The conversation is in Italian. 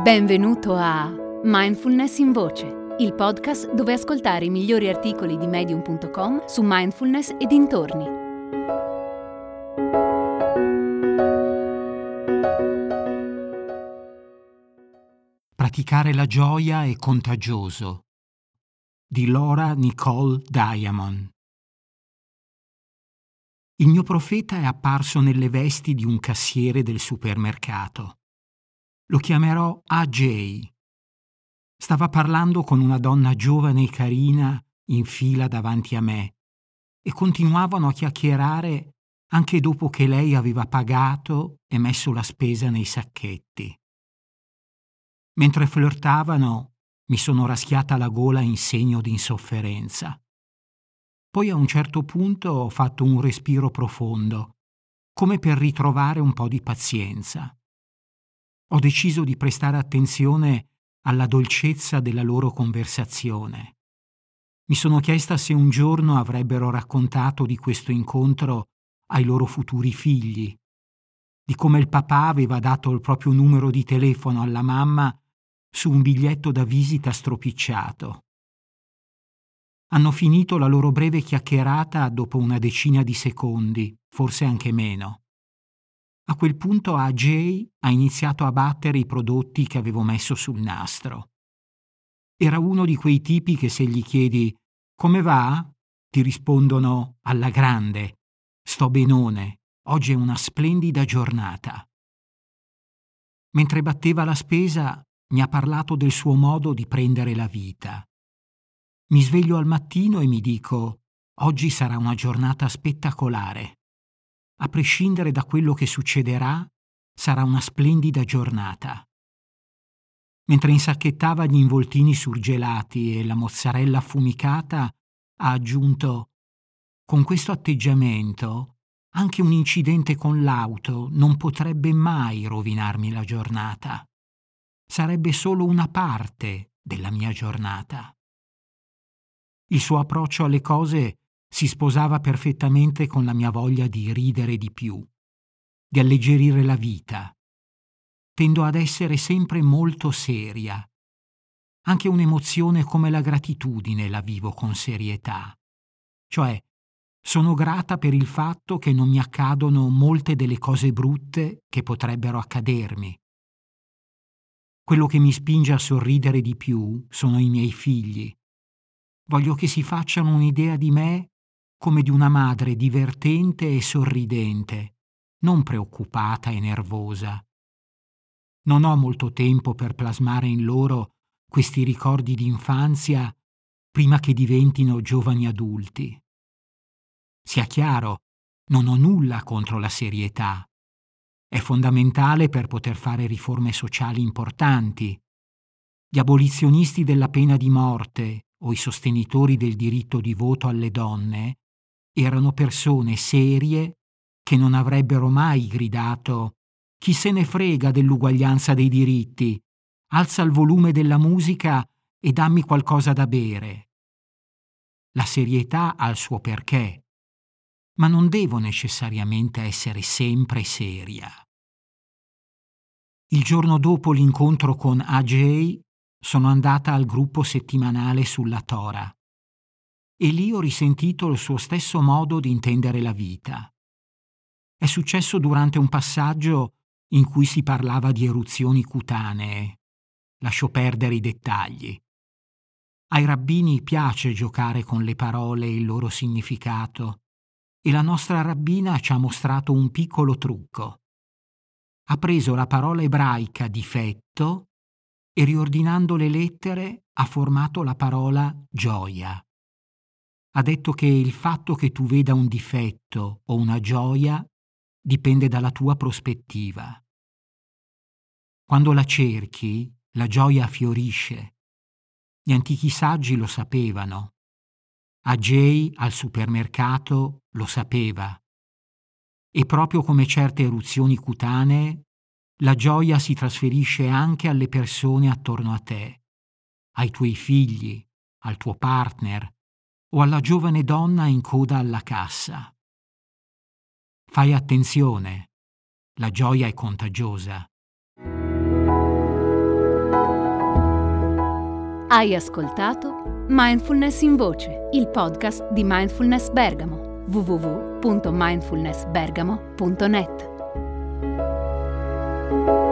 Benvenuto a Mindfulness in Voce, il podcast dove ascoltare i migliori articoli di Medium.com su mindfulness e dintorni. Praticare la gioia è contagioso, di Laura Nicole Diamond. Il mio profeta è apparso nelle vesti di un cassiere del supermercato. Lo chiamerò AJ. Stava parlando con una donna giovane e carina in fila davanti a me e continuavano a chiacchierare anche dopo che lei aveva pagato e messo la spesa nei sacchetti. Mentre flirtavano, mi sono raschiata la gola in segno di insofferenza. Poi a un certo punto ho fatto un respiro profondo, come per ritrovare un po' di pazienza. Ho deciso di prestare attenzione alla dolcezza della loro conversazione. Mi sono chiesta se un giorno avrebbero raccontato di questo incontro ai loro futuri figli, di come il papà aveva dato il proprio numero di telefono alla mamma su un biglietto da visita stropicciato. Hanno finito la loro breve chiacchierata dopo una decina di secondi, forse anche meno. A quel punto AJ ha iniziato a battere i prodotti che avevo messo sul nastro. Era uno di quei tipi che se gli chiedi «Come va?» ti rispondono «Alla grande, sto benone, oggi è una splendida giornata». Mentre batteva la spesa mi ha parlato del suo modo di prendere la vita. Mi sveglio al mattino e mi dico «Oggi sarà una giornata spettacolare». A prescindere da quello che succederà, sarà una splendida giornata. Mentre insacchettava gli involtini surgelati e la mozzarella affumicata, ha aggiunto: «Con questo atteggiamento, anche un incidente con l'auto non potrebbe mai rovinarmi la giornata. Sarebbe solo una parte della mia giornata». Il suo approccio alle cose si sposava perfettamente con la mia voglia di ridere di più, di alleggerire la vita. Tendo ad essere sempre molto seria. Anche un'emozione come la gratitudine la vivo con serietà. Cioè, sono grata per il fatto che non mi accadono molte delle cose brutte che potrebbero accadermi. Quello che mi spinge a sorridere di più sono i miei figli. Voglio che si facciano un'idea di me come di una madre divertente e sorridente, non preoccupata e nervosa. Non ho molto tempo per plasmare in loro questi ricordi di infanzia prima che diventino giovani adulti. Sia chiaro, non ho nulla contro la serietà. È fondamentale per poter fare riforme sociali importanti. Gli abolizionisti della pena di morte o i sostenitori del diritto di voto alle donne erano persone serie che non avrebbero mai gridato «Chi se ne frega dell'uguaglianza dei diritti? Alza il volume della musica e dammi qualcosa da bere». La serietà ha il suo perché, ma non devo necessariamente essere sempre seria. Il giorno dopo l'incontro con AJ sono andata al gruppo settimanale sulla Torah e lì ho risentito il suo stesso modo di intendere la vita. È successo durante un passaggio in cui si parlava di eruzioni cutanee. Lascio perdere i dettagli. Ai rabbini piace giocare con le parole e il loro significato, e la nostra rabbina ci ha mostrato un piccolo trucco. Ha preso la parola ebraica difetto e, riordinando le lettere, ha formato la parola gioia. Ha detto che il fatto che tu veda un difetto o una gioia dipende dalla tua prospettiva. Quando la cerchi, la gioia fiorisce. Gli antichi saggi lo sapevano. AJ al supermercato lo sapeva. E proprio come certe eruzioni cutanee, la gioia si trasferisce anche alle persone attorno a te, ai tuoi figli, al tuo partner o alla giovane donna in coda alla cassa. Fai attenzione, la gioia è contagiosa. Hai ascoltato Mindfulness in Voce, il podcast di Mindfulness Bergamo, www.mindfulnessbergamo.net.